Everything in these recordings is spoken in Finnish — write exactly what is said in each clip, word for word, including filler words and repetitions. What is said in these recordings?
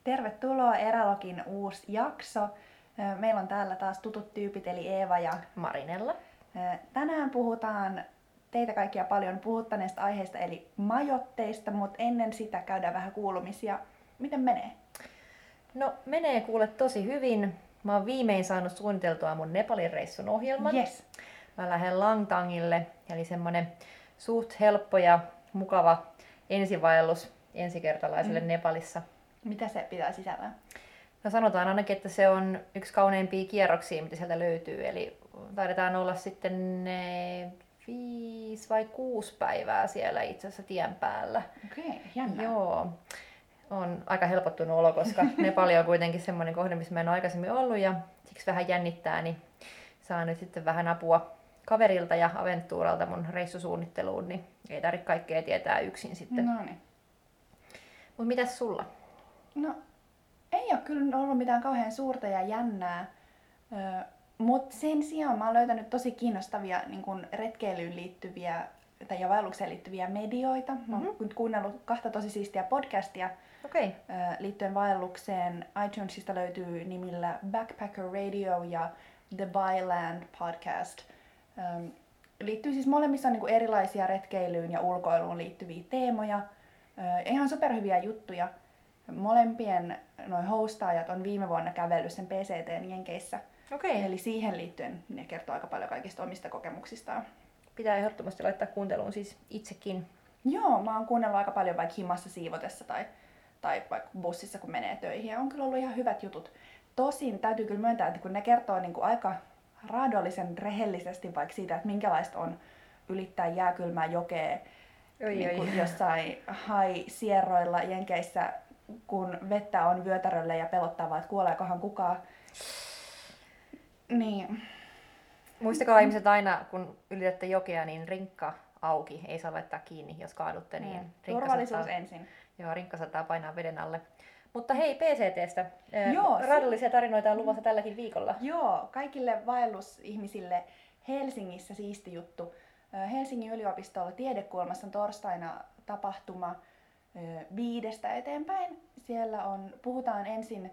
Tervetuloa Erälogin uusi jakso. Meillä on täällä taas tutut tyypit eli Eeva ja Marinella. Tänään puhutaan teitä kaikkia paljon puhuttaneesta aiheesta eli majoitteista, mutta ennen sitä käydään vähän kuulumisia. Miten menee? No menee kuule tosi hyvin. Mä oon viimein saanut suunniteltua mun Nepalin reissun ohjelman. Yes. Mä lähden Langtangille, eli semmonen suht helppo ja mukava ensivaellus ensikertalaiselle mm. Nepalissa. Mitä se pitää sisällään? No sanotaan ainakin, että se on yksi kauneimpia kierroksia, mitä sieltä löytyy. Eli taidetaan olla sitten ne viisi vai kuusi päivää siellä itse asiassa tien päällä. Okei, okay, jännä. Joo. On aika helpottunut olo, koska Nepali on kuitenkin semmoinen kohde, missä mä en ole aikaisemmin ollut ja siksi vähän jännittää, niin saan nyt sitten vähän apua kaverilta ja Aventuralta mun reissusuunnitteluun, niin ei tarvitse kaikkea tietää yksin sitten. No niin. Mut mitäs sulla? No, ei ole kyllä ollut mitään kauhean suurta ja jännää, öö, mutta sen sijaan mä oon löytänyt tosi kiinnostavia niin kun retkeilyyn liittyviä tai ja vaellukseen liittyviä medioita. Mä oon mm-hmm. kuunnellut kahta tosi siistiä podcastia okay. öö, liittyen vaellukseen. iTunesista löytyy nimillä Backpacker Radio ja The Byland Podcast. Öö, liittyy siis molemmissa niin kuin erilaisia retkeilyyn ja ulkoiluun liittyviä teemoja. Öö, ihan superhyviä juttuja. Molempien noin hostaajat on viime vuonna kävellyt sen P C T:n Jenkeissä. Okay. Eli siihen liittyen ne kertoo aika paljon kaikista omista kokemuksistaan. Pitää ehdottomasti laittaa kuunteluun siis itsekin. Joo, mä oon kuunnellut aika paljon vaikka himassa siivotessa tai, tai vaikka bussissa kun menee töihin. Ja on kyllä ollut ihan hyvät jutut. Tosin täytyy kyllä myöntää, että kun ne kertoo niin kuin aika raadollisen rehellisesti vaikka siitä, että minkälaista on ylittää jääkylmää jokea oi, niin kuin oi. jossain hai-sierroilla Jenkeissä, kun vettä on vyötäröllä ja pelottaa vaan, että kuoleekohan kukaan. Niin. Muistakaa ihmiset aina, kun ylitätte jokea, niin rinkka auki. Ei saa laittaa kiinni, jos kaadutte. Niin mm. rinkka Turvallisuus saattaa, ensin. Joo, rinkka saattaa painaa veden alle. Mutta hei, P C T:stä. Joo, raadollisia tarinoita on luvassa tälläkin viikolla. Joo, kaikille vaellusihmisille Helsingissä siisti juttu. Helsingin yliopistolla tiedekulmassa on torstaina tapahtuma viidestä eteenpäin. Siellä on, puhutaan ensin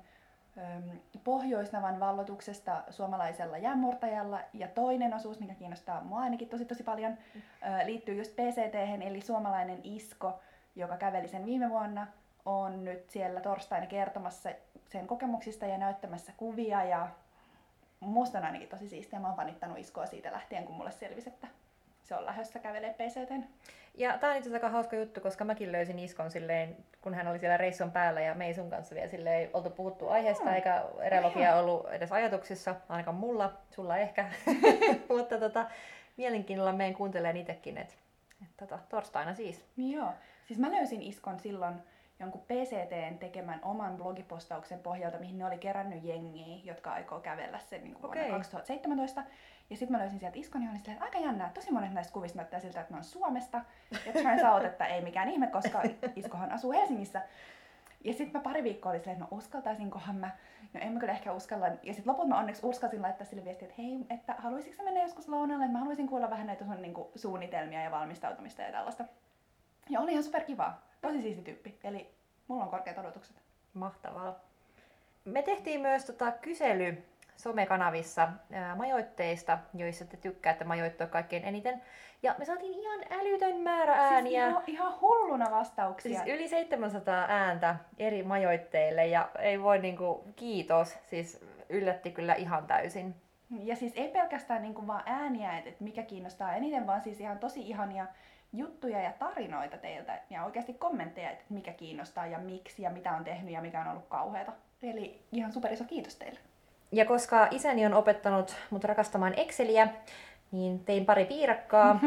Pohjoisnavan vallotuksesta suomalaisella jäänmurtajalla ja toinen osuus, mikä kiinnostaa mua ainakin tosi tosi paljon, liittyy just P C T:hen eli suomalainen Isko, joka käveli sen viime vuonna, on nyt siellä torstaina kertomassa sen kokemuksista ja näyttämässä kuvia ja musta on ainakin tosi siistiä. Mä oon fanittanut Iskoa siitä lähtien, kun mulle selvisi, että se on lähdössä kävelee P C T:n. Ja tää on itse asiassa aika hauska juttu, koska mäkin löysin Iskon silleen, kun hän oli siellä reissun päällä ja me ei sun kanssa vielä silleen ei oltu puhuttu aiheesta, mm. eikä erälogia ollut edes ajatuksissa, ainakaan mulla, sulla ehkä. Mutta tota, mielenkiinnolla meen kuuntelemaan itsekin, että et, tota, torstaina siis. Joo, siis mä löysin Iskon silloin jonkun P C T:n tekemän oman blogipostauksen pohjalta, mihin ne oli kerännyt jengiä, jotka aikoo kävellä sen niin kuin okay. vuonna kaksituhattaseitsemäntoista. Ja sitten mä löysin sieltä Iskon ja olin silleen, että aika jännää, tosi monet näistä kuvista näyttää siltä, että ne on Suomesta. Ja turns out, että ei mikään ihme, koska Iskohan asuu Helsingissä. Ja sitten mä pari viikkoa olin silleen, että no uskaltaisinkohan mä, no en mä kyllä ehkä uskalla. Ja sitten lopulta mä onneksi uskalsin laittaa sille viestiä, että hei, että haluaisitko sä mennä joskus lounalle, että mä haluaisin kuulla vähän näitä sun niin kuin, suunnitelmia ja valmistautumista ja tällaista. Ja oli ihan superkivaa, tosi siisti tyyppi, eli mulla on korkeat odotukset. Mahtavaa. Me tehtiin myös tota kysely somekanavissa ää, majoitteista, joissa te tykkäätte majoittua kaikkein eniten. Ja me saatiin ihan älytön määrä ääniä. Siis ihan, ihan hulluna vastauksia. Siis yli seitsemänsataa ääntä eri majoitteille ja ei voi niinku, kiitos, siis yllätti kyllä ihan täysin. Ja siis ei pelkästään niinku vaan ääniä, että et mikä kiinnostaa eniten, vaan siis ihan tosi ihania juttuja ja tarinoita teiltä ja oikeasti kommentteja, että mikä kiinnostaa ja miksi ja mitä on tehnyt ja mikä on ollut kauheata. Eli ihan super iso kiitos teille. Ja koska isäni on opettanut mut rakastamaan Exceliä, niin tein pari piirakkaa.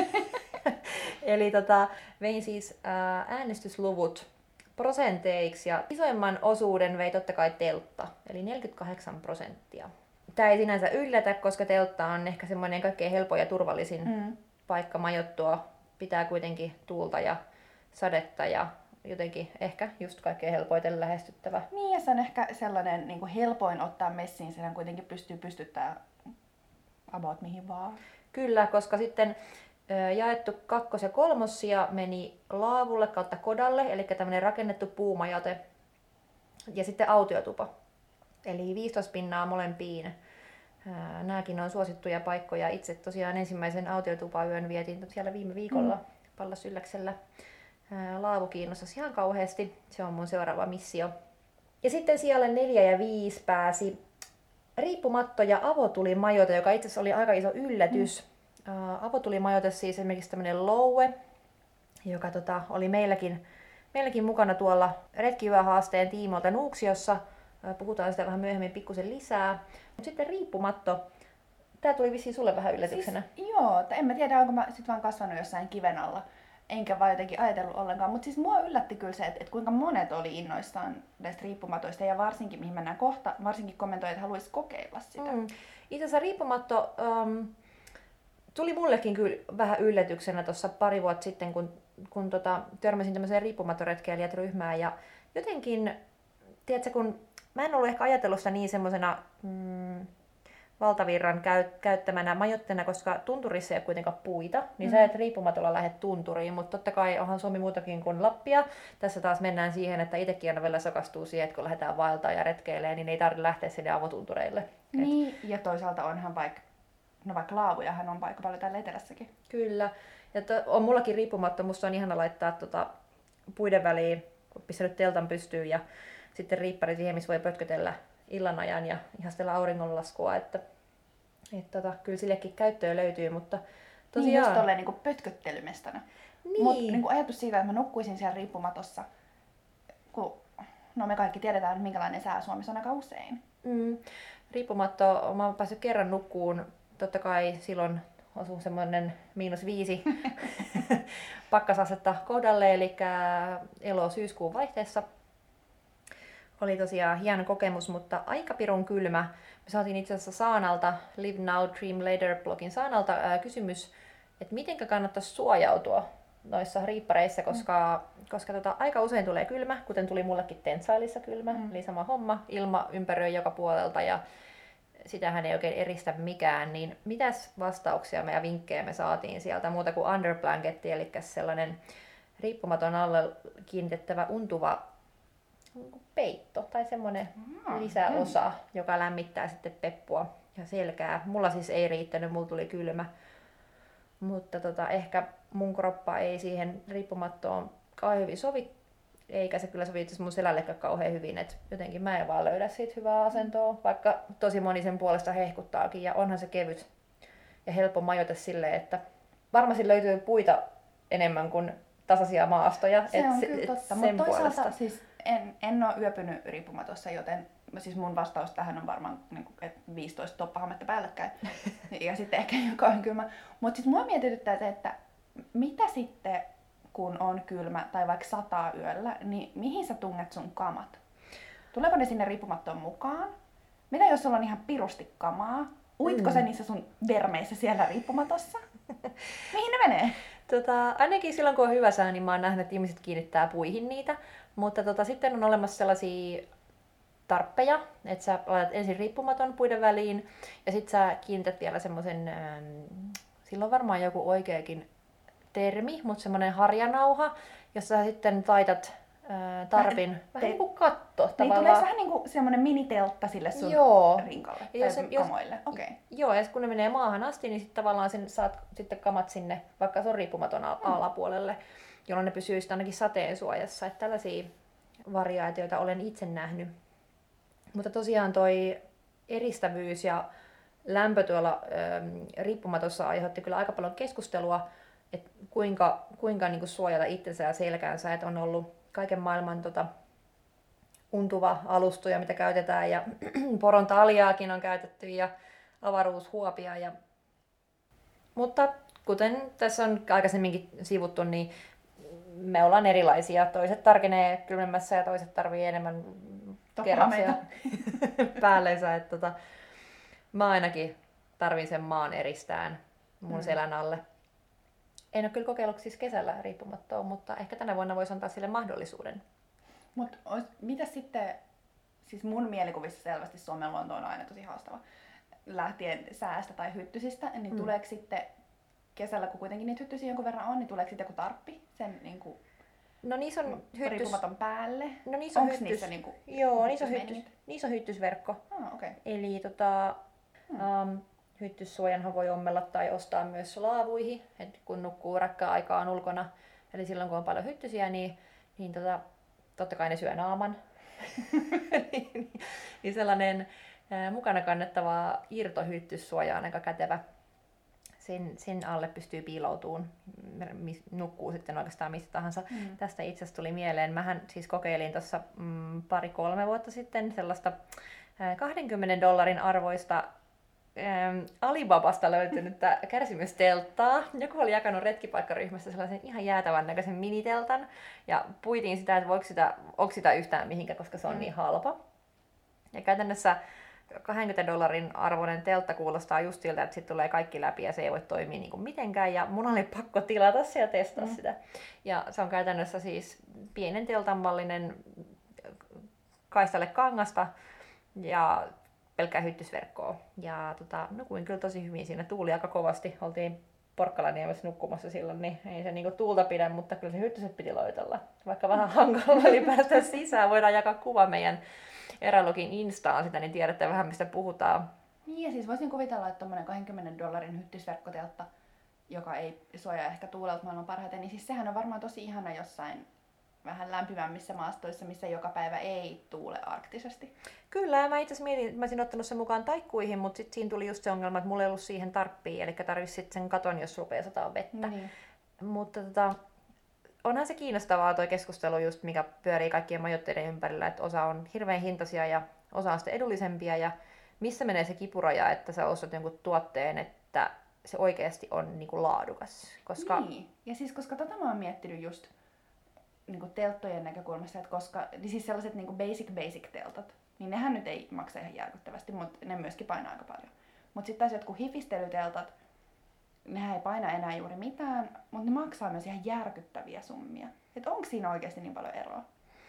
Eli tota, vein siis ää, äänestysluvut prosenteiksi ja isoimman osuuden vei totta kai teltta, eli neljäkymmentäkahdeksan prosenttia. Tää ei sinänsä yllätä, koska teltta on ehkä semmoinen kaikkein helpoin ja turvallisin mm. paikka majoittua. Pitää kuitenkin tuulta ja sadetta ja jotenkin ehkä just kaikkein helpoiten lähestyttävä. Niin, ja se on ehkä sellainen niin kuin helpoin ottaa messiin, sen kuitenkin pystyy pystyttämään about mihin vaan. Kyllä, koska sitten jaettu kakkos- ja kolmossija meni laavulle kautta kodalle, eli tämmöinen rakennettu puumajoite. Ja sitten autiotupa. Eli viisitoista pinnaa molempiin. Nämäkin on suosittuja paikkoja. Itse tosiaan ensimmäisen autiotupayön vietin siellä viime viikolla mm. Pallas Ylläksellä. Laavu kiinnostaa ihan kauheasti. Se on mun seuraava missio. Ja sitten siellä neljä ja viisi pääsi riippumatto ja avotulimajoite, joka itse asiassa oli aika iso yllätys. Mm. Uh, avotulimajoite siis esimerkiksi tämmöinen Loue, joka tota, oli meilläkin, meilläkin mukana tuolla retkiyöhaasteen tiimoilta Nuuksiossa. Uh, puhutaan sitä vähän myöhemmin pikkusen lisää. Mut sitten riippumatto. Tää tuli vissiin sulle vähän yllätyksenä. Siis, joo, en mä tiedä, onko mä sit vaan kasvanut jossain kiven alla. Enkä vaan jotenkin ajatellut ollenkaan. Mutta siis mua yllätti kyllä se, että, että kuinka monet oli innoissaan näistä riippumatoista. Ja varsinkin, mihin mennään kohta, varsinkin kommentoi, että haluaisi kokeilla sitä. Mm. Itse asiassa riippumatto um, tuli mullekin kyllä vähän yllätyksenä tuossa pari vuotta sitten, kun, kun tota, törmäsin tämmöiseen riippumattoretkeilijät-ryhmään. Ja jotenkin, tiedätkö, kun mä en ollut ehkä ajatellut sitä niin semmoisena Mm, valtavirran käy, käyttämänä majoitteena, koska tunturissa ei ole kuitenkaan puita, niin mm. sä et riippumatolla lähde tunturiin, mutta totta kai onhan Suomi muutakin kuin Lappia. Tässä taas mennään siihen, että itsekin aina vielä sakastuu siihen, että kun lähdetään vaeltaa ja retkeilee, niin ei tarvitse lähteä sinne avotuntureille. Niin, et... ja toisaalta onhan vaikka, no vaikka laavujahan on paikka paljon täällä etelässäkin. Kyllä, ja to, on mullakin riippumatta, musta on ihana laittaa tota, puiden väliin, kun pistänyt teltan pystyyn ja sitten riippari siihen, missä voi pötkötellä illan ajan ja ihastella auringonlaskua, että et tota, kyllä sillekin käyttöä löytyy, mutta tosiaan... Niin just tolleen niin pötköttelymestana. Niin. Mutta niin ajatus siitä, että mä nukkuisin siellä riippumatossa, kun no me kaikki tiedetään, että minkälainen sää Suomessa on aika usein. Mm. Riippumatto, mä oon päässyt kerran nukkuun, totta kai silloin osuu semmoinen miinus viisi pakkasasetta kohdalle, eli elo-syyskuun vaihteessa. Oli tosiaan hieno kokemus, mutta aika pirun kylmä. Me saatiin itse asiassa Saanalta, Live Now, Dream Later blogin Saanalta ää, kysymys, että miten kannattaisi suojautua noissa riippareissa, koska, mm. koska tota, aika usein tulee kylmä, kuten tuli mullekin Tentsailissa kylmä, mm. eli sama homma, ilma ympäröi joka puolelta ja sitähän ei oikein eristä mikään, niin mitäs vastauksia me ja vinkkejä me saatiin sieltä muuta kuin underblanketti, eli sellainen riippumaton alle kiinnitettävä untuva peitto tai semmoinen mm. lisäosa, mm. joka lämmittää sitten peppua ja selkää. Mulla siis ei riittänyt, mulla tuli kylmä, mutta tota, ehkä mun kroppa ei siihen riippumattoon kauhean hyvin sovi, eikä se kyllä sovi itse mun selällekään kauhean hyvin, että jotenkin mä en vaan löydä siitä hyvää asentoa, vaikka tosi moni sen puolesta hehkuttaakin ja onhan se kevyt ja helppo majoite silleen, että varmasti löytyy puita enemmän kuin tasaisia maastoja. Se et on kyllä totta, mutta toisaalta siis en, en ole yöpynyt riippumatossa, joten siis mun vastaus tähän on varmaan niin kuin, että viisitoista toppahammetta päällekkäin ja sitten ehkä jokainen kylmä. Mutta siis mua mietityttää se, että mitä sitten kun on kylmä tai vaikka sataa yöllä, niin mihin sä tunget sun kamat? Tuleeko ne sinne riippumattoon mukaan? Mitä jos sulla on ihan pirusti kamaa? Uitko mm. se niissä sun vermeissä siellä riippumatossa? Mihin ne menee? Tota, ainakin silloin kun on hyvä sää, niin mä oon nähnyt, että ihmiset kiinnittää puihin niitä. Mutta tota, sitten on olemassa sellaisia tarppeja, että sä laitat ensin riippumaton puiden väliin ja sitten sä kiinnität vielä semmoisen, ähm, silloin varmaan joku oikeakin termi, mutta semmoinen harjanauha, jossa sä sitten taitat äh, tarpin vähän, vähän niin kuin katto niin tavallaan. Tulee vähän niin kuin semmoinen miniteltta sille sun joo. rinkalle ja tai jos, kamoille. Okay. Joo, ja kun ne menee maahan asti, niin sitten tavallaan sen saat sitten kamat sinne, vaikka se on riippumaton al- hmm. alapuolelle, jolloin ne pysyy sitten ainakin sateen suojassa. Että tällaisia variaatioita olen itse nähnyt. Mutta tosiaan toi eristävyys ja lämpö tuolla ähm, riippumatossa aiheutti kyllä aika paljon keskustelua, että kuinka, kuinka niin kuin suojata itsensä ja selkäänsä, että on ollut kaiken maailman tota, untuva alustoja, mitä käytetään, ja poron taljaakin on käytetty, ja avaruushuopia. Ja... Mutta kuten tässä on aikaisemminkin sivuttu, niin me ollaan erilaisia. Toiset tarkenee kylmemmässä ja toiset tarvii enemmän kerroksia päälleensä. Että tota, mä ainakin tarvin sen maan eristään mun mm. selän alle. En ole kyllä kokeillut siis kesällä riippumattoa, mutta ehkä tänä vuonna voisi antaa sille mahdollisuuden. Mutta mitä sitten, siis mun mielikuvissa selvästi Suomen luonto on aina tosi haastava. Lähtien säästä tai hyttysistä, niin mm. tuleeko sitten kesällä, kun kuitenkin niitä hyttysiä jonkun verran on, niin tuleeko sitten joku tarppi sen niin kuin No niissä on hyttys... riippumaton päälle. No niissä on Onks hyttys... niissä niinku Joo, niissä on, hyttys... hyttysmeiningit? niissä on hyttysverkko. Ah, okei. Okay. Eli tota, Hmm. um, hyttyssuojanhan voi ommella tai ostaa myös laavuihin, et kun nukkuu rakkaan aikaan ulkona. Eli silloin kun on paljon hyttysiä, niin, niin tota, totta kai ne syö naaman. niin, niin sellainen ää, mukana kannettava irtohyttyssuoja on aika kätevä. Sen, sen alle pystyy piiloutumaan, nukkuu sitten oikeastaan mistä tahansa. Mm. Tästä itse asiassa tuli mieleen, mähän siis kokeilin tuossa mm, pari-kolme vuotta sitten sellaista ää, kaksikymmentä dollarin arvoista ää, Alibabasta löytynyttä kärsimystelttaa. Joku oli jakanut retkipaikkaryhmässä sellaisen ihan jäätävän näköisen miniteltan ja puitiin sitä, että voiko sitä oksita yhtään mihinkä, koska se on mm. niin halpa. Ja käytännössä kaksikymmentä dollarin arvoinen teltta kuulostaa just siltä, että sitten tulee kaikki läpi ja se ei voi toimia niin kuin mitenkään. Ja mun oli pakko tilata se ja testaa mm. sitä. Ja se on käytännössä siis pienen teltan mallinen kaistalle kangasta ja pelkkää hyttysverkkoa. Ja tota, nukuin kyllä tosi hyvin siinä. Tuuli aika kovasti. Oltiin Porkkalaniemessä nukkumassa silloin, niin ei se niinku tuulta pidä, mutta kyllä se hyttyset piti loitella. Vaikka vähän hankala oli päästä sisään. Voidaan jakaa kuva meidän Erälogin Instaan sitä, niin tiedätte vähän mistä puhutaan. Niin ja siis voisin kuvitella, että tommonen kaksikymmentä dollarin hyttysverkkoteltta, joka ei suojaa ehkä tuulelta maailman parhaiten, niin siis sehän on varmaan tosi ihana jossain vähän lämpimämmissä maastoissa, missä joka päivä ei tuule arktisesti. Kyllä, ja mä itse asiassa mietin, että mä olisin ottanut sen mukaan taikkuihin, mutta sitten siinä tuli just se ongelma, että mulla ei ollut siihen tarppia, eli tarvitsisi sitten sen katon, jos rupeaa sataa vettä. Niin. Mutta tota, onhan se kiinnostavaa tuo keskustelu just, mikä pyörii kaikkien majoitteiden ympärillä, että osa on hirveän hintaisia ja osa on sitten edullisempia, ja missä menee se kipuraja, että sä ostat jonkun tuotteen, että se oikeasti on niinku laadukas. Koska... Niin, ja siis koska tota mä oon miettinyt just niinku telttojen näkökulmasta, että koska, niin siis sellaiset niinku basic basic teltat, niin nehän nyt ei maksa ihan järkyttävästi, mutta ne myöskin painaa aika paljon. Mutta sitten taas jotkut hifistelyteltat, nehän ei paina enää juuri mitään, mutta ne maksaa myös ihan järkyttäviä summia. Että onko siinä oikeasti niin paljon eroa?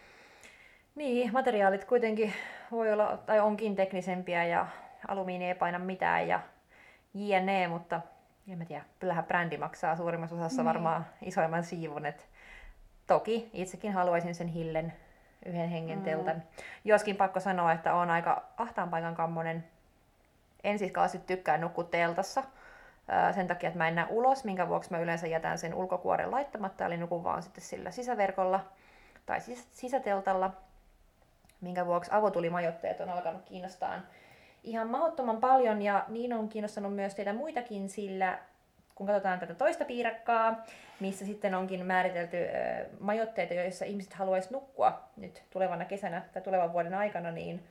Niin, materiaalit kuitenkin voi olla, tai onkin teknisempiä ja alumiini ei paina mitään ja jne, mutta en mä tiedä, kyllähän brändi maksaa suurimmassa osassa niin. varmaan isoimman siivun. Et toki itsekin haluaisin sen Hillen yhden hengen mm. teltan. Joskin pakko sanoa, että on aika ahtaan paikan kammonen. En siis kauheasti tykkää nukkua teltassa. Sen takia, että mä en näe ulos, minkä vuoksi mä yleensä jätän sen ulkokuoren laittamatta, eli nukun vaan sitten sillä sisäverkolla tai sis- sisäteltalla, minkä vuoksi avotulimajoitteet on alkanut kiinnostaa ihan mahdottoman paljon, ja niin on kiinnostanut myös teitä muitakin, sillä kun katsotaan tätä toista piirakkaa, missä sitten onkin määritelty ö, majoitteita, joissa ihmiset haluaisi nukkua nyt tulevana kesänä tai tulevan vuoden aikana, niin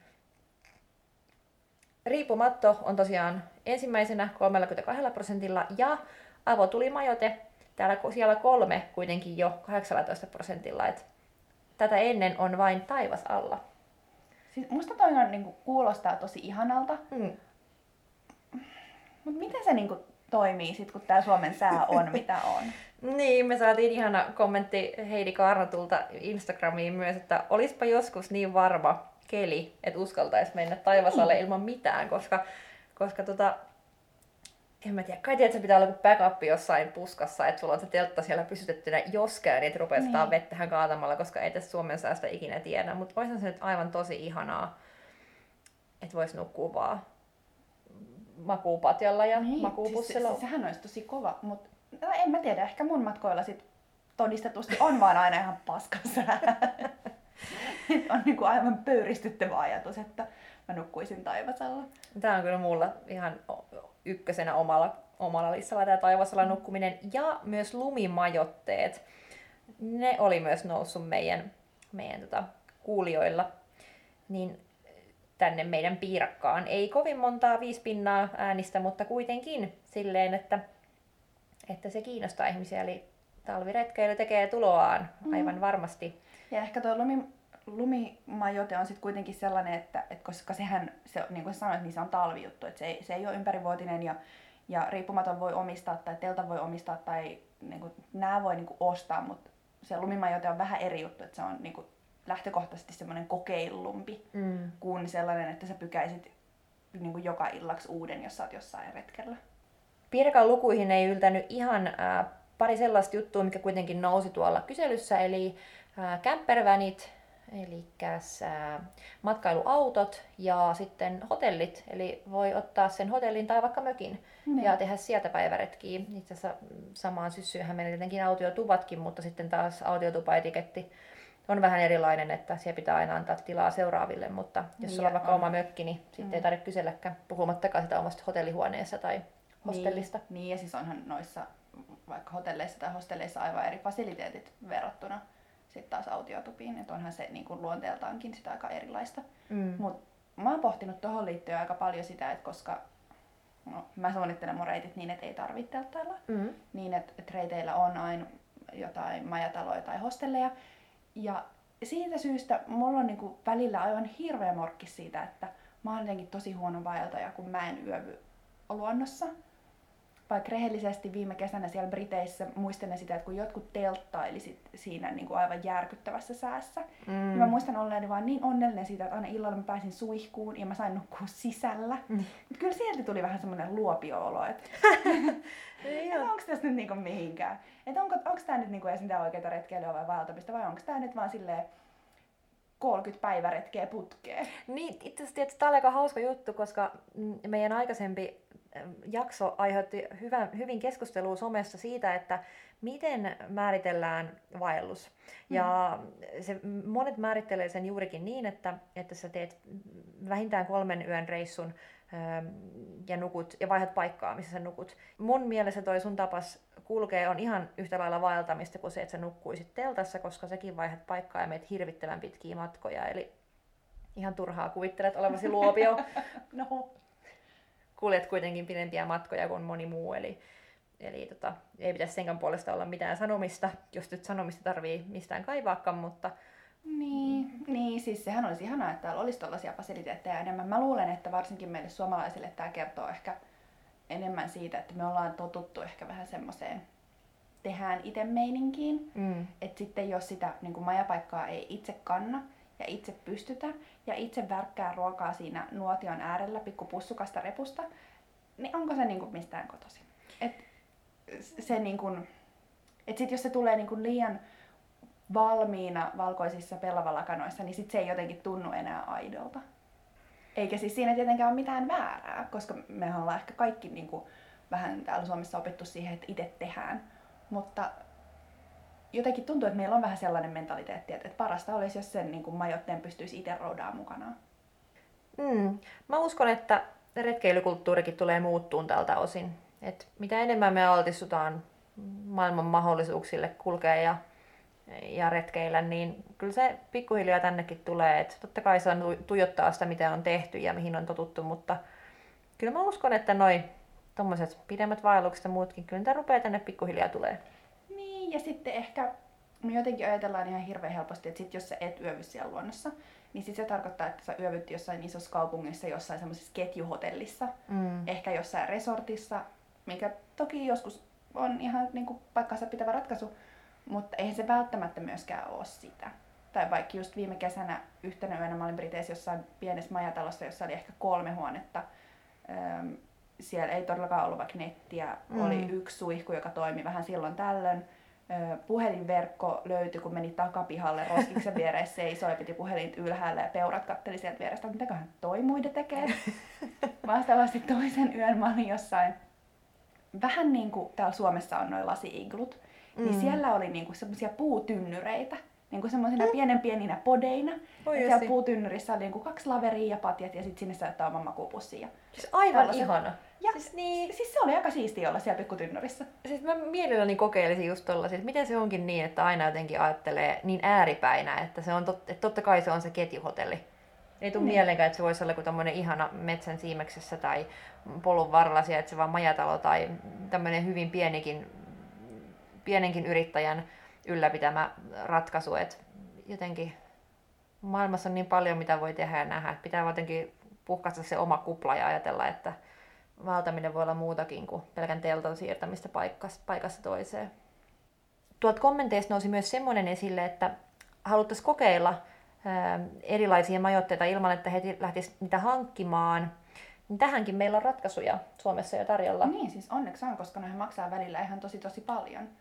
riippumatto on tosiaan ensimmäisenä kolmekymmentäkaksi prosentilla ja avotulimajoite täällä siellä kolme kuitenkin jo kahdeksantoista prosentilla. Et tätä ennen on vain taivas alla. Siis musta toi on, niinku, kuulostaa tosi ihanalta, mm. mutta miten se niinku, toimii sit, kun tää Suomen sää on mitä on? Niin, me saatiin ihana kommentti Heidi Kaarnatulta Instagramiin myös, että olispa joskus niin varma keli, että uskaltaisi mennä taivasalle niin. ilman mitään, koska, koska tota, en mä tiedä, kai tiedät, että se pitää olla joku backup jossain puskassa, että sulla on se teltta siellä pysytettynä, jos käy, niin että rupeaa niin. vettähän kaatamalla, koska ei tässä Suomen säästä ikinä tiedä, mutta olisihan se nyt aivan tosi ihanaa, että voisi nukkua vaan makuupatjalla ja niin, makuupussilla. Siis se, sehän olisi tosi kova, mutta no, en mä tiedä, ehkä mun matkoilla sit todistetusti on vaan aina ihan paskasää. On niinku aivan pöyristyttävä ajatus, että mä nukkuisin taivasalla. Tää on kyllä mulla ihan ykkösenä omalla, omalla listalla tää taivasalla nukkuminen. Ja myös lumimajoitteet. Ne oli myös noussut meidän, meidän tota, kuulijoilla niin tänne meidän piirakkaan. Ei kovin montaa viisi pinnaa äänistä, mutta kuitenkin silleen, että, että se kiinnostaa ihmisiä. Eli talviretkeily tekee tuloaan aivan mm. varmasti. Ja ehkä tuo lumi, lumimajoite on sitten kuitenkin sellainen, että, että koska sehän, se, niin kuin sanoit, niin se on talvijuttu, että se ei, se ei ole ympärivuotinen ja, ja riippumaton voi omistaa tai teltan voi omistaa tai niin kuin, nämä voi niin kuin ostaa, mutta se lumimajoite on vähän eri juttu, että se on niin kuin, lähtökohtaisesti semmoinen kokeillumpi mm. kuin sellainen, että sä pykäisit niin kuin joka illaksi uuden, jos sä oot jossain retkellä. Piirakan lukuihin ei yltänyt ihan äh, pari sellaista juttua, mikä kuitenkin nousi tuolla kyselyssä, eli äh, campervänit, eli äh, matkailuautot ja sitten hotellit, eli voi ottaa sen hotellin tai vaikka mökin mm. ja tehdä sieltä päiväretkiä. Itse asiassa samaan syssyynhän meillä tietenkin autiotuvatkin, mutta sitten taas autiotupaetiketti on vähän erilainen, että siellä pitää aina antaa tilaa seuraaville, mutta jos sulla on vaikka oma mökki, niin sitten mm. ei tarvitse kyselläkään, puhumattakaan sitä omasta hotellihuoneessa tai hostellista. Niin, niin, ja siis onhan noissa vaikka hotelleissa tai hostelleissa aivan eri fasiliteetit verrattuna sitten taas autiotupiin, että onhan se niin kuin luonteeltaankin sitä aika erilaista. Mm. Mut mä oon pohtinut tohon liittyen aika paljon sitä, että koska no, mä suunnittelen mun reitit niin, että ei tarvitse telttailla, mm. niin että et reiteillä on aina jotain majataloja tai hostelleja. Ja siitä syystä mulla on niinku välillä aivan hirveä morkki siitä, että mä oon jotenkin tosi huono vaeltaja, kun mä en yövy luonnossa. Vaikka rehellisesti viime kesänä siellä Briteissä muistan sitä, että kun jotkut telttaili sit siinä niinku aivan järkyttävässä säässä, mm. niin mä muistan olleeni vaan niin onnellinen siitä, että aina illalla mä pääsin suihkuun ja mä sain nukkua sisällä. Mm. Mut kyllä sieltä tuli vähän semmoinen luopio-olo, että et onko tässä nyt niinku mihinkään. Että onko, onko tää nyt niinku edes mitään oikeaa retkeilyä vai vaeltamista vai onko tää nyt vaan silleen kolmekymmentä päiväretkeä putkeen? Niin, itse asiassa tää oli aika hauska juttu, koska meidän aikaisempi jakso aiheutti hyvä, hyvin keskustelua somessa siitä, että miten määritellään vaellus. Mm. Ja se, monet määrittelee sen juurikin niin, että, että sä teet vähintään kolmen yön reissun ää, ja nukut ja vaihdat paikkaa, missä sä nukut. Mun mielestä toi sun tapas kulkee on ihan yhtä lailla vaeltamista kuin se, että sä nukkuisit teltassa, koska säkin vaihdat paikkaa ja meet hirvittävän pitkiä matkoja. Eli ihan turhaa kuvittelet olevasi luopio. No. Kuljet kuitenkin pidempiä matkoja kuin moni muu, eli, eli tota, ei pitäisi senkään puolesta olla mitään sanomista, jos nyt sanomista tarvii mistään kaivaakaan, mutta... Niin, mm. niin, siis sehän olisi ihanaa, että täällä olisi tällaisia fasiliteetteja enemmän. Mä luulen, että varsinkin meille suomalaisille tämä kertoo ehkä enemmän siitä, että me ollaan totuttu ehkä vähän semmoiseen tehdään itse meininkiin, mm. että sitten jos sitä niin kuin majapaikkaa ei itse kanna, ja itse pystytä ja itse värkkää ruokaa siinä nuotion äärellä pikku pussukasta repusta, niin onko se niinku mistään kotoisin? Et se niinku, et sit jos se tulee niinku liian valmiina valkoisissa pellavalakanoissa, niin sit se ei jotenkin tunnu enää aidolta. Eikä siis siinä tietenkään ole mitään väärää, koska me ollaan ehkä kaikki niinku vähän täällä Suomessa opittu siihen, että itse tehdään. Mutta jotenkin tuntuu, että meillä on vähän sellainen mentaliteetti, että parasta olisi, jos sen niin kuin majoitteen pystyisi itse roudaamaan mukanaan. Mm. Mä uskon, että retkeilykulttuurikin tulee muuttuun tältä osin. Et mitä enemmän me altistutaan maailman mahdollisuuksille kulkea ja, ja retkeillä, niin kyllä se pikkuhiljaa tännekin tulee. Et totta kai se on tuijottaa sitä, mitä on tehty ja mihin on totuttu, mutta kyllä mä uskon, että noi tommoset pidemmät vaellukset ja muutkin, kyllä tämä rupeaa tänne pikkuhiljaa tulee. Ja sitten ehkä me jotenkin ajatellaan ihan hirveän helposti, että sit jos sä et yövy siellä luonnossa, niin sit se tarkoittaa, että sä yövyt jossain isossa kaupungissa, jossain semmoisessa ketjuhotellissa, mm. ehkä jossain resortissa, mikä toki joskus on ihan niin kuin paikkansa pitävä ratkaisu, mutta eihän se välttämättä myöskään ole sitä. Tai vaikka just viime kesänä yhtenä yönä mä olin Briteissä jossain pienessä majatalossa, jossa oli ehkä kolme huonetta. Öm, siellä ei todellakaan ollut vaikka nettiä, mm. oli yksi suihku, joka toimi vähän silloin tällöin. Puhelinverkko löytyi, kun meni takapihalle roskiksen vieressä seisoi ja piti puhelin ylhäällä ja peurat katteli sieltä vierestä, että mitäköhän toi muide tekee. Vastaavasti toisen yön mä olin jossain, vähän niin kuin täällä Suomessa on noin lasi-iglut, mm. niin siellä oli niinku semmoisia puutynnyreitä, niinku semmoisina mm. pienen pieninä podeina. Ja siellä puutynnyrissä oli niinku kaksi laveria ja patjat ja sitten sinne saattaa oman makuupussia. Siis aivan tällaiset. Ihana. Ja siis, niin... siis se oli aika siistiä olla siellä pikkutynnyrissa. Siis mä mielelläni kokeilisin just tollasia, että miten se onkin niin, että aina jotenkin ajattelee niin ääripäinä, että se on tot, että totta kai se on se ketjuhotelli. Ei tule niin. Mieleenkään, että se voisi olla joku tommonen ihana metsän siimeksessä tai polun varrella sijaitseva majatalo tai tämmöinen hyvin pienikin, pienenkin yrittäjän ylläpitämä ratkaisu. Että jotenkin maailmassa on niin paljon, mitä voi tehdä ja nähdä. Pitää jotenkin puhkaista se oma kupla ja ajatella, että vaeltaminen voi olla muutakin kuin pelkän teltan siirtämistä paikasta, paikasta toiseen. Tuolta kommenteista nousi myös semmoinen esille, että haluttaisiin kokeilla ää, erilaisia majoitteita ilman, että he lähtisivät niitä hankkimaan. Niin tähänkin meillä on ratkaisuja Suomessa jo tarjolla. Niin, siis onneksi on, koska ne maksaa välillä ihan tosi tosi paljon.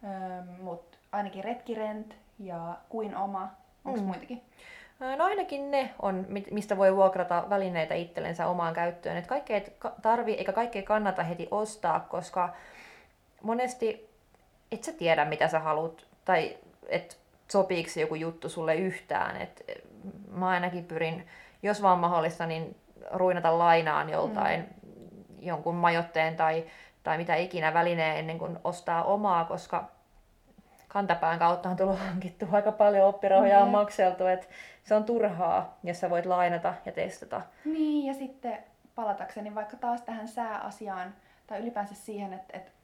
Öö, Mutta ainakin Retkirent ja Kuin oma. Onko mm. muitakin? No ainakin ne on, mistä voi vuokrata välineitä itsellensä omaan käyttöön. Et kaikkea ei tarvi eikä kaikkea kannata heti ostaa, koska monesti et sä tiedä mitä sä haluat tai et sopiiko joku juttu sulle yhtään. Et mä ainakin pyrin, jos vaan mahdollista, niin ruinata lainaan joltain mm. jonkun majoitteen tai, tai mitä ikinä välineen ennen kuin ostaa omaa, koska kantapään kautta on tullut hankittua aika paljon oppirahoja on makseltu, että se on turhaa, jos sä voit lainata ja testata. Niin, ja sitten palatakseni vaikka taas tähän sääasiaan, tai ylipäänsä siihen, että, että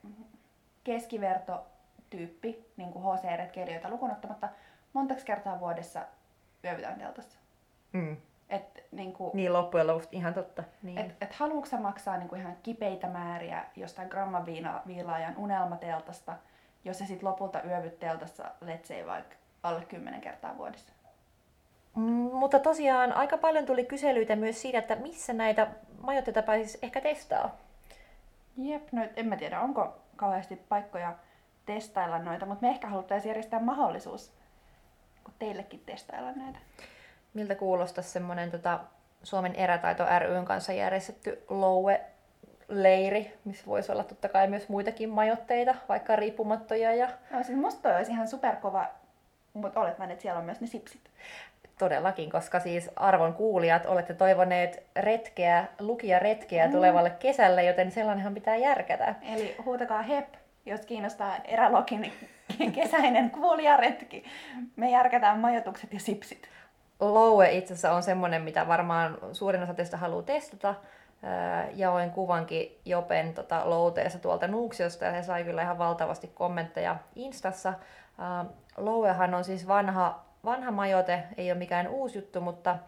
keskivertotyyppi, niin kuin H C-retkeilijöitä lukuun ottamatta, montaksi kertaa vuodessa yövytään teltassa. Mm. Et, niin, kuin, niin loppujen lopuksi ihan totta. Niin. Et, et haluatko sä maksaa niin kuin ihan kipeitä määriä jostain grammaviilaajan unelmateltasta, jos sä sit lopulta yövyt teltassa, let's say vaikka alle kymmenen kertaa vuodessa? Mm, mutta tosiaan aika paljon tuli kyselyitä myös siitä, että missä näitä majoitteita pääsisi ehkä testaa. Jep, no en mä tiedä, onko kauheasti paikkoja testailla noita, mutta me ehkä haluttaisiin järjestää mahdollisuus teillekin testailla näitä. Miltä kuulostaisi semmoinen tota, Suomen erätaito ry:n kanssa järjestetty Loue-leiri, missä voisi olla totta kai myös muitakin majoitteita, vaikka riippumattoja. Ja... No, siis musta toi olisi ihan superkova, mutta oletan, että siellä on myös ne sipsit. Todellakin, koska siis arvon kuulijat olette toivoneet retkeä, lukijaretkeä mm. tulevalle kesälle, joten sellainenhan pitää järkätä. Eli huutakaa hep, jos kiinnostaa Erälogin kesäinen kuulijaretki. Me järkätään majoitukset ja sipsit. Loue itse asiassa on semmoinen, mitä varmaan suurin osa teistä haluaa testata. Jaoin kuvankin Jopen tota, louteessa tuolta Nuuksiosta ja he sai kyllä ihan valtavasti kommentteja Instassa. Louehan on siis vanha, vanha majoite, ei ole mikään uusi juttu, mutta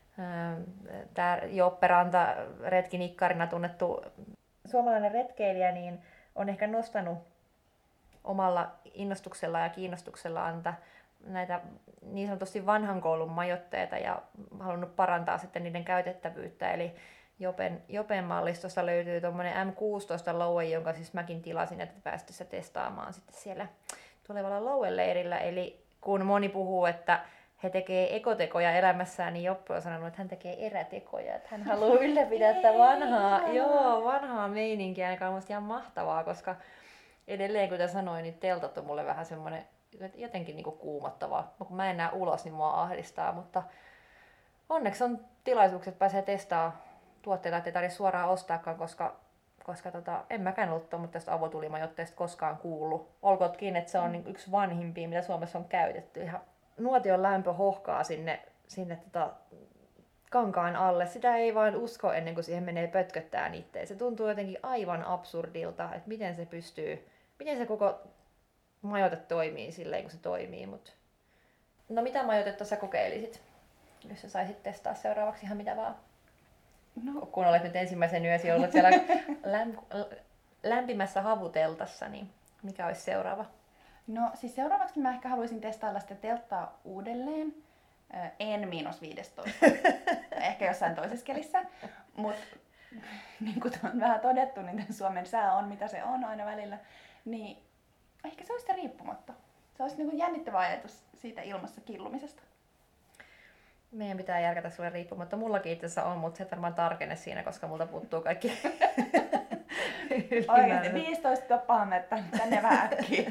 tämä Joppe Ranta retkinikkarina tunnettu suomalainen retkeilijä niin on ehkä nostanut omalla innostuksella ja kiinnostuksellaan näitä niin sanotusti vanhan koulun majoitteita ja halunnut parantaa sitten niiden käytettävyyttä. Eli Jopen, Jopen mallistosta löytyy tuommoinen M kuusitoista Loue, jonka siis mäkin tilasin, että päästössä testaamaan sitten siellä tulevalla Loue-leirillä. Eli kun moni puhuu, että he tekee ekotekoja elämässään, niin Joppe on sanonut, että hän tekee erätekoja. Että hän haluaa ylläpitää tätä vanhaa, joo, vanhaa meininkiä, joka on musta ihan mahtavaa, koska edelleen, kuten sanoin, niin teltat on mulle vähän semmoinen jotenkin niinku kuumottavaa. Kun mä en näe ulos, niin mua ahdistaa, mutta onneksi on tilaisuuksia, että pääsee testaamaan tuotteita, ettei tarvitse suoraan ostaakaan, koska, koska tota, en mäkään ollut tästä avotulimajoitteesta koskaan kuullut. Olkootkin, että se on mm. yksi vanhimpia, mitä Suomessa on käytetty. Ihan nuotion lämpö hohkaa sinne, sinne tota kankaan alle. Sitä ei vaan usko ennen kuin siihen menee pötköttään itteen. Se tuntuu jotenkin aivan absurdilta, että miten se pystyy, miten se koko majoite toimii silleen, kun se toimii. Mut... No mitä majoitetta sä kokeilisit, jos sä saisit testaa seuraavaksi ihan mitä vaan? No. Kun olet nyt ensimmäisen yösi ollut siellä lämp- lämpimässä havuteltassa, niin mikä olisi seuraava? No siis seuraavaksi mä ehkä haluaisin testailla sitä telttaa uudelleen. En miinus viisitoista. Ehkä jossain toisessa kelissä. Mutta niin kuin on vähän todettu, niin Suomen sää on mitä se on aina välillä. Niin ehkä se olisi sitä riippumatta. Se olisi niin kuin jännittävä ajatus siitä ilmassa killumisesta. Meidän pitää järkätä sulle riippumatta. Mullakin itse asiassa on, mutta se varmaan tarkene siinä, koska multa puuttuu kaikki. Oikeasti viisitoista toppaamme tänne vähän äkkiä.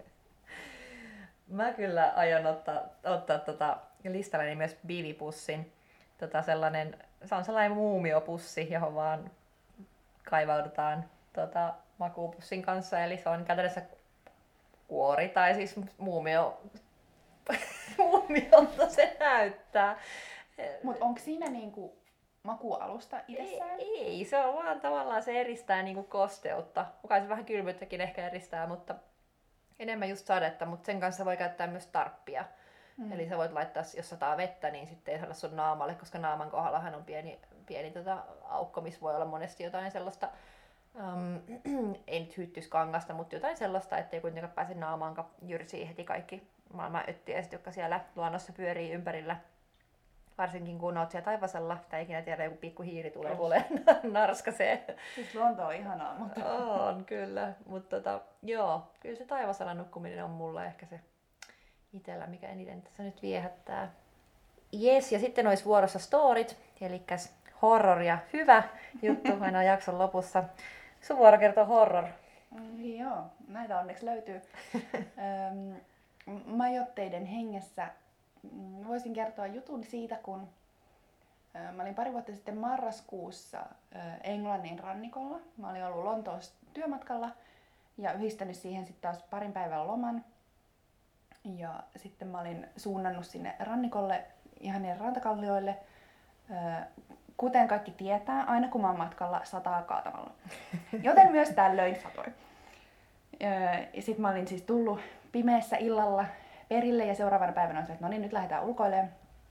Mä kyllä aion ottaa, ottaa tota listalleni myös bivipussin. Tota sellainen, se on sellainen muumiopussi, johon vaan kaivaudutaan tota makuupussin kanssa. Eli se on käytännössä kuori tai siis muumio. Muumiolta se näyttää. Mutta onko siinä niinku makualusta itsessään? Ei, ei, se on vaan tavallaan se eristää niinku kosteutta. Mukaan se vähän kylmyyttäkin ehkä eristää, mutta enemmän just sadetta, mutta sen kanssa voi käyttää myös tarppia. Mm. Eli sä voit laittaa, jos sataa vettä, niin sitten ei saada sun naamalle, koska naaman kohdallahan on pieni, pieni tota aukko, missä voi olla monesti jotain sellaista, um, ei nyt hyttyskangasta, mutta jotain sellaista, ettei kuitenkaan pääse naamaan jyrsii heti kaikki maailman öttiäiset, jotka siellä luonnossa pyörii ympärillä. Varsinkin kun oot siellä taivasalla, tai ikinä tiedä, joku pikku hiiri tulee kuulee narskasee. Siis luonto on ihanaa, mutta... On, kyllä. Mutta tota, joo, kyllä se taivasalla nukkuminen on mulla ehkä se itellä, mikä eniten tässä nyt viehättää. Jes, ja sitten olisi vuorossa storit, eli horror ja hyvä juttu aina jakson lopussa. Sun vuoro kertoo horror. Mm, joo, näitä onneksi löytyy. Öm, majoitteiden hengessä voisin kertoa jutun siitä, kun ö, mä olin pari vuotta sitten marraskuussa ö, Englannin rannikolla. Mä olin ollut Lontoossa työmatkalla ja yhdistänyt siihen sitten taas parin päivän loman. Ja sitten mä olin suunnannut sinne rannikolle ihanien rantakallioille. Ö, kuten kaikki tietää, aina kun mä oon matkalla, sataa kaatamalla. Joten myös tällöin satoi. Ja sit mä olin siis tullut pimeässä illalla perille ja seuraavana päivänä on se, että no niin, nyt lähdetään ulkoilemaan.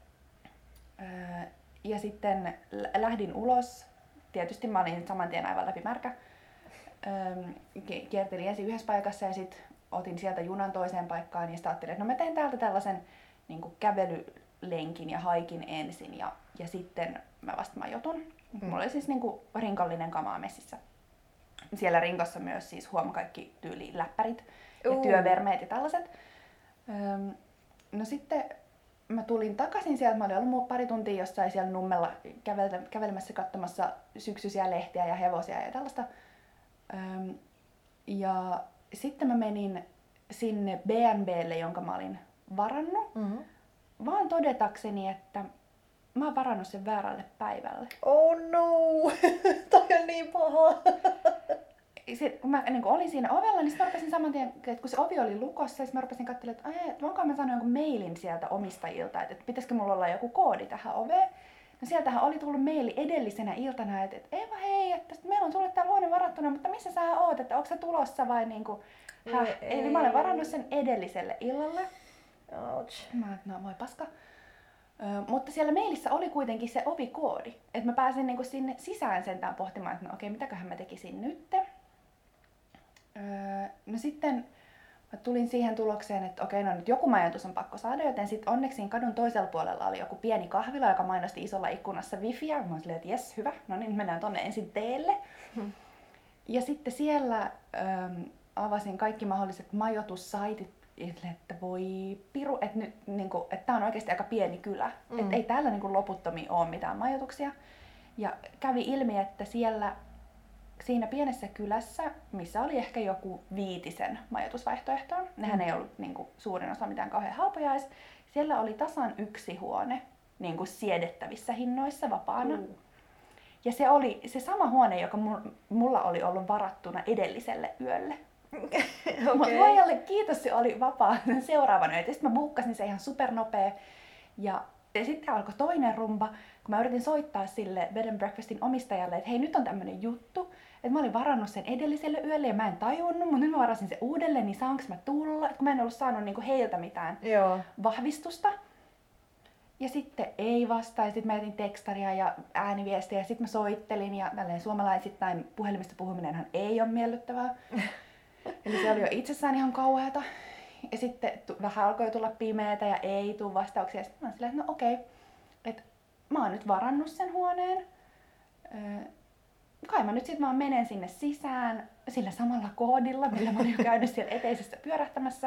Ja sitten lähdin ulos. Tietysti mä olin saman tien aivan läpi märkä. Kiertelin ensin yhdessä paikassa ja sitten otin sieltä junan toiseen paikkaan ja sitten ajattelin, että no mä teen täältä tällaisen niin kuin kävelylenkin ja haikin ensin ja, ja sitten mä vasta majoitun. Mm. Mulla oli siis niin kuin rinkallinen kamaa messissä. Siellä rinkossa myös siis huoma kaikki tyyliin läppärit ja uh. työvermeet ja tällaiset. Öm, no sitten mä tulin takaisin sieltä, mä olin ollut pari tuntia jossain siellä nummella käveltä, kävelemässä katsomassa syksyisiä lehtiä ja hevosia ja tällaista. Öm, ja sitten mä menin sinne B and B:lle, jonka mä olin varannut, mm-hmm. vaan todetakseni, että mä oon varannut sen väärälle päivälle. Oh no! Toi on niin paha! Sitten, kun mä niin kun olin siinä ovella, niin mä rupesin saman tien, että kun se ovi oli lukossa, niin mä rupesin katselemaan, että, että voinko mä sanoa jonkun mailin sieltä omistajilta, että, että pitäisikö mulla olla joku koodi tähän oveen. No sieltähän oli tullut maili edellisenä iltana, että, että Eeva hei, että meillä on sulle täällä huone varattuna, mutta missä sä oot, että onko sä tulossa vai niinku, häh? Ei, Eli mä olen varannut sen edelliselle illalle. Ouch. Mä no voi paska. Ö, mutta siellä mailissa oli kuitenkin se ovikoodi, että mä pääsin niinku sinne sisään sentään pohtimaan, että no okei, mitäköhän mä tekisin nyt. Öö, no sitten mä tulin siihen tulokseen, että okei, no nyt joku majoitus on pakko saada, joten sitten onneksi siinä kadun toisella puolella oli joku pieni kahvila, joka mainosti isolla ikkunassa wifiä. Mä olin silleen, että jes, hyvä, no niin, mennään tonne ensin teelle. Hmm. Ja sitten siellä ähm, avasin kaikki mahdolliset majoitussaitit, että voi piru, että nyt niinku, että tää on oikeasti aika pieni kylä. Hmm. Että ei täällä niinku loputtomiin ole mitään majoituksia. Ja kävi ilmi, että siellä siinä pienessä kylässä, missä oli ehkä joku viitisen majoitusvaihtoehtoa, nehän mm. ei ollut niin kuin, suurin osa mitään kauhean halpoja edes, siellä oli tasan yksi huone niin kuin siedettävissä hinnoissa vapaana. Mm. Ja se oli se sama huone, joka mulla oli ollut varattuna edelliselle yölle. Okay. Luojalle kiitos, se oli vapaa seuraavana yönä. Sitten mä buukkasin se ihan supernopea. Ja sitten alkoi toinen rumba, kun mä yritin soittaa sille bed and breakfastin omistajalle, että hei, nyt on tämmönen juttu, että mä olin varannut sen edelliselle yölle ja mä en tajunnut, mutta nyt mä varasin sen uudelleen, niin saanko mä tulla? Et kun mä en ollut saanut niinku heiltä mitään Joo. vahvistusta. Ja sitten ei vastaa, ja sitten mä jätin tekstaria ja ääniviestiä, ja sitten mä soittelin, ja tälleen suomalaisittain puhelimesta puhuminenhan ei ole miellyttävää. Eli se oli jo itsessään ihan kauheata. Ja sitten vähän alkoi tulla pimeätä ja ei tule vastauksia. Ja sitten mä olin silleen, että no okei, että mä oon nyt varannut sen huoneen. Öö, kai mä nyt sit vaan menen sinne sisään sillä samalla koodilla, millä mä olin jo käynyt siellä eteisessä pyörähtämässä.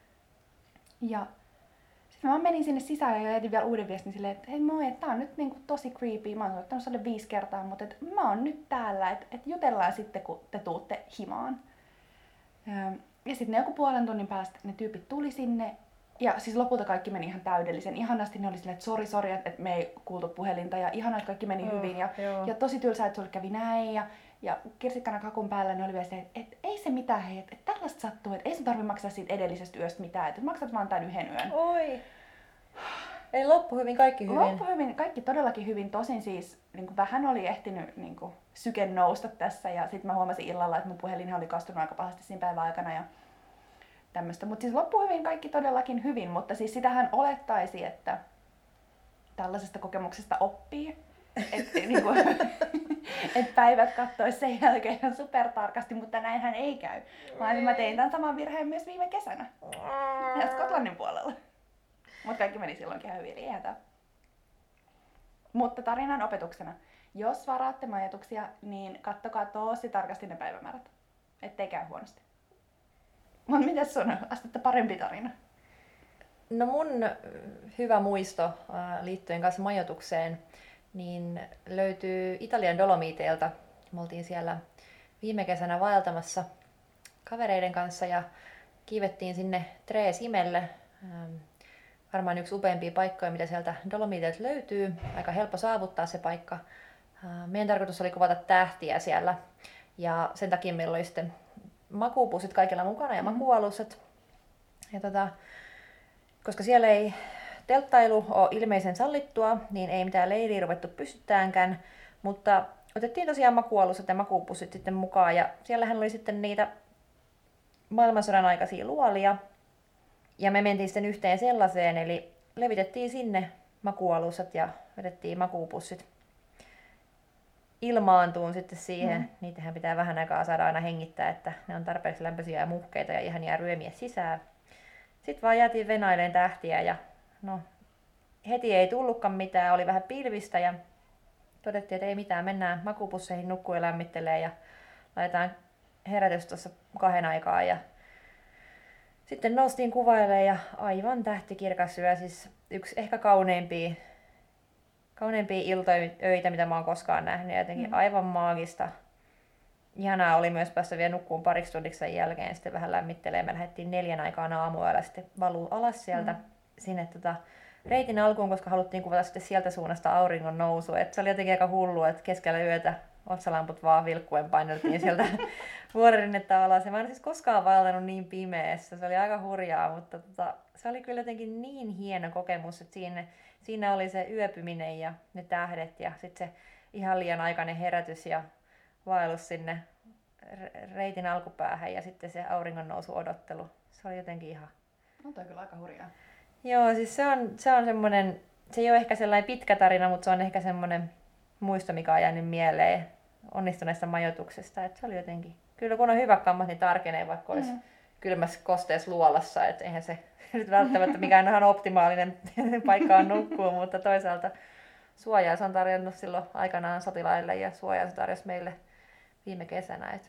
Ja sitten mä menin sinne sisään ja jätin vielä uuden viestin silleen, että hei moi, että tää on nyt niinku tosi creepy. Mä oon soittanut sulle viisi kertaa, mutta et mä oon nyt täällä, että et jutellaan sitten kun te tuutte himaan. Öö, Ja sitten joku puolen tunnin päästä ne tyypit tuli sinne. Ja siis lopulta kaikki meni ihan täydellisen. Ihanasti ne oli silleen, että sori, sori, että me ei kuultu puhelinta. Ja ihanaa, että kaikki meni mm, hyvin. Ja, ja tosi tylsää, että sulle kävi näin. Ja, ja kirsikkana kakun päällä ne oli vielä silleen, että et, ei se mitään, hei, että et tällaista sattuu. Että ei sun tarvitse maksaa siitä edellisestä yöstä mitään. Että maksat vaan tämän yhden yön. Oi. Eli loppu hyvin, kaikki hyvin. Loppu hyvin, kaikki todellakin hyvin. Tosin siis niin kuin vähän oli ehtinyt niin kuin, syke nousta tässä ja sitten mä huomasin illalla, että mun puhelin oli kastunut aika pahasti siinä päivän aikana ja tämmöistä. Mutta siis loppu hyvin, kaikki todellakin hyvin, mutta siis sitähän olettaisi, että tällaisesta kokemuksesta oppii. Että niin et päivät kattoisi sen jälkeen ihan supertarkasti, mutta näinhän ei käy. Vaan mä tein tämän saman virheen myös viime kesänä. Ja Skotlannin puolella. Mutta kaikki meni silloinkin ihan hyvin, eihän tää. Mutta tarinan opetuksena. Jos varaatte majoituksia, niin kattokaa tosi tarkasti ne päivämäärät. Ettei käy huonosti. Mutta mitäs sun astetta parempi tarina? No mun hyvä muisto äh, liittyen kanssa majoitukseen niin löytyy Italian Dolomiteilta. Me oltiin siellä viime kesänä vaeltamassa kavereiden kanssa ja kiivettiin sinne Tre Simelle. Ähm, varmaan yksi upeimpia paikkoja, mitä sieltä Dolomiteilta löytyy. Aika helppo saavuttaa se paikka. Äh, meidän tarkoitus oli kuvata tähtiä siellä ja sen takia meillä oli sitten makuupussit kaikilla mukana ja makuualusset. Ja tota, koska siellä ei telttailu ole ilmeisen sallittua, niin ei mitään leiriä ruvettu pystyttäänkään, mutta otettiin tosiaan makuualusset ja makuupussit sitten mukaan ja siellähän oli sitten niitä maailmansodan aikaisia luolia ja me mentiin sitten yhteen sellaiseen, eli levitettiin sinne makuualusset ja vedettiin makuupussit ilmaantuun sitten siihen. Mm. Niitähän pitää vähän aikaa saada aina hengittää, että ne on tarpeeksi lämpöisiä ja muhkeita ja ihan jää ryömiä sisään. Sitten vaan jäätiin venaileen tähtiä ja no, heti ei tullutkaan mitään, oli vähän pilvistä ja todettiin, että ei mitään, mennään makuupusseihin nukkuu ja lämmittelee ja laitetaan herätys tuossa kahden aikaa. Ja sitten noustiin kuvailemaan ja aivan tähtikirkas yö, siis yksi ehkä kauneimpia, kauneimpia iltaöitä, mitä mä oon koskaan nähnyt, jotenkin mm. aivan maagista. Ihanaa oli myös päästä vielä nukkuun pariksi tunniksi sen jälkeen, sitten vähän lämmittelee. Me lähdettiin neljän aikaan aamuilla sitten valuu alas sieltä mm. sinne tota, reitin alkuun, koska haluttiin kuvata sitten sieltä suunnasta auringon nousu. Et se oli jotenkin aika hullu, että keskellä yötä otsalamput vaan vilkkuen paineltiin sieltä vuoririnnettä alas. Ja mä en siis koskaan vaeltanut niin pimeässä, se oli aika hurjaa, mutta tota, se oli kyllä jotenkin niin hieno kokemus, että siinä, siinä oli se yöpyminen ja ne tähdet ja sitten se ihan liian aikainen herätys ja vaellus sinne reitin alkupäähän ja sitten se auringon nousu odottelu. Se oli jotenkin ihan... No toi kyllä aika hurjaa. Joo, siis se on, se on semmoinen, se ei ole ehkä sellainen pitkä tarina, mutta se on ehkä semmoinen muisto, mikä on jäänyt mieleen onnistuneesta majoituksesta. Että se oli jotenkin, kyllä kun on hyvä kammat, niin tarkenee, vaikka olisi mm-hmm. kylmässä kosteessa luolassa. Että eihän se nyt välttämättä mikään ihan optimaalinen paikka on nukkua, mutta toisaalta suojaa se on tarjonnut silloin aikanaan sotilaille ja suojaa se tarjosi meille viime kesänä. Et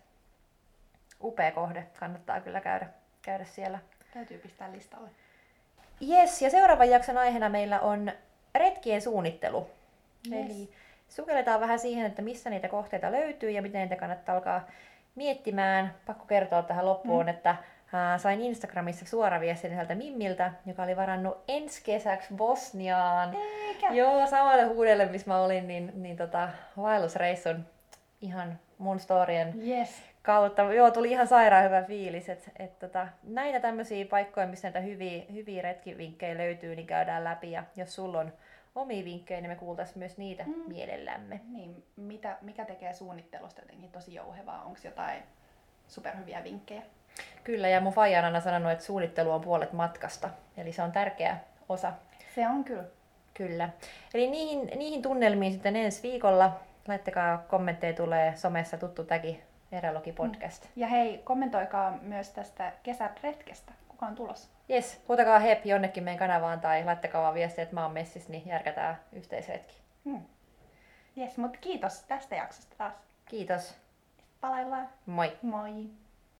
upea kohde, kannattaa kyllä käydä, käydä siellä. Täytyy pistää listalle. Yes, ja seuraavan jakson aiheena meillä on retkien suunnittelu. Yes. Eli sukelletaan vähän siihen, että missä niitä kohteita löytyy ja miten niitä kannattaa alkaa miettimään. Pakko kertoa tähän loppuun, mm. että äh, sain Instagramissa suoraviestin yhdeltä Mimmiltä, joka oli varannut ensi kesäksi Bosniaan. Eikä. Joo, samalle huudelle, missä mä olin, niin, niin tota, vaellusreissun ihan mun storien Yes. kautta. Joo, tuli ihan sairaan hyvä fiilis. Et, et tota, näitä tämmöisiä paikkoja, missä näitä hyviä, hyviä retkivinkkejä löytyy, niin käydään läpi. Ja jos sulla on omia vinkkejä, niin me kuultaisiin myös niitä mm. mielellämme. Niin, mitä, mikä tekee suunnittelusta jotenkin tosi jouhevaa? Onko jotain superhyviä vinkkejä? Kyllä, ja mun faija on aina sanonut, että suunnittelu on puolet matkasta. Eli se on tärkeä osa. Se on kyllä. Kyllä. Eli niihin, niihin tunnelmiin sitten ensi viikolla. Laittakaa kommentteja, tulee somessa tuttu tägi Erälogi podcast. Ja hei, kommentoikaa myös tästä kesäretkestä. Kuka on tulossa? Jes, huutakaa hep jonnekin meidän kanavaan tai laittakaa vaan viestiä, että mä oon messissä, niin järkätään yhteisretki. Hmm. Jes, mutta kiitos tästä jaksosta taas. Kiitos. Palaillaan. Moi. Moi.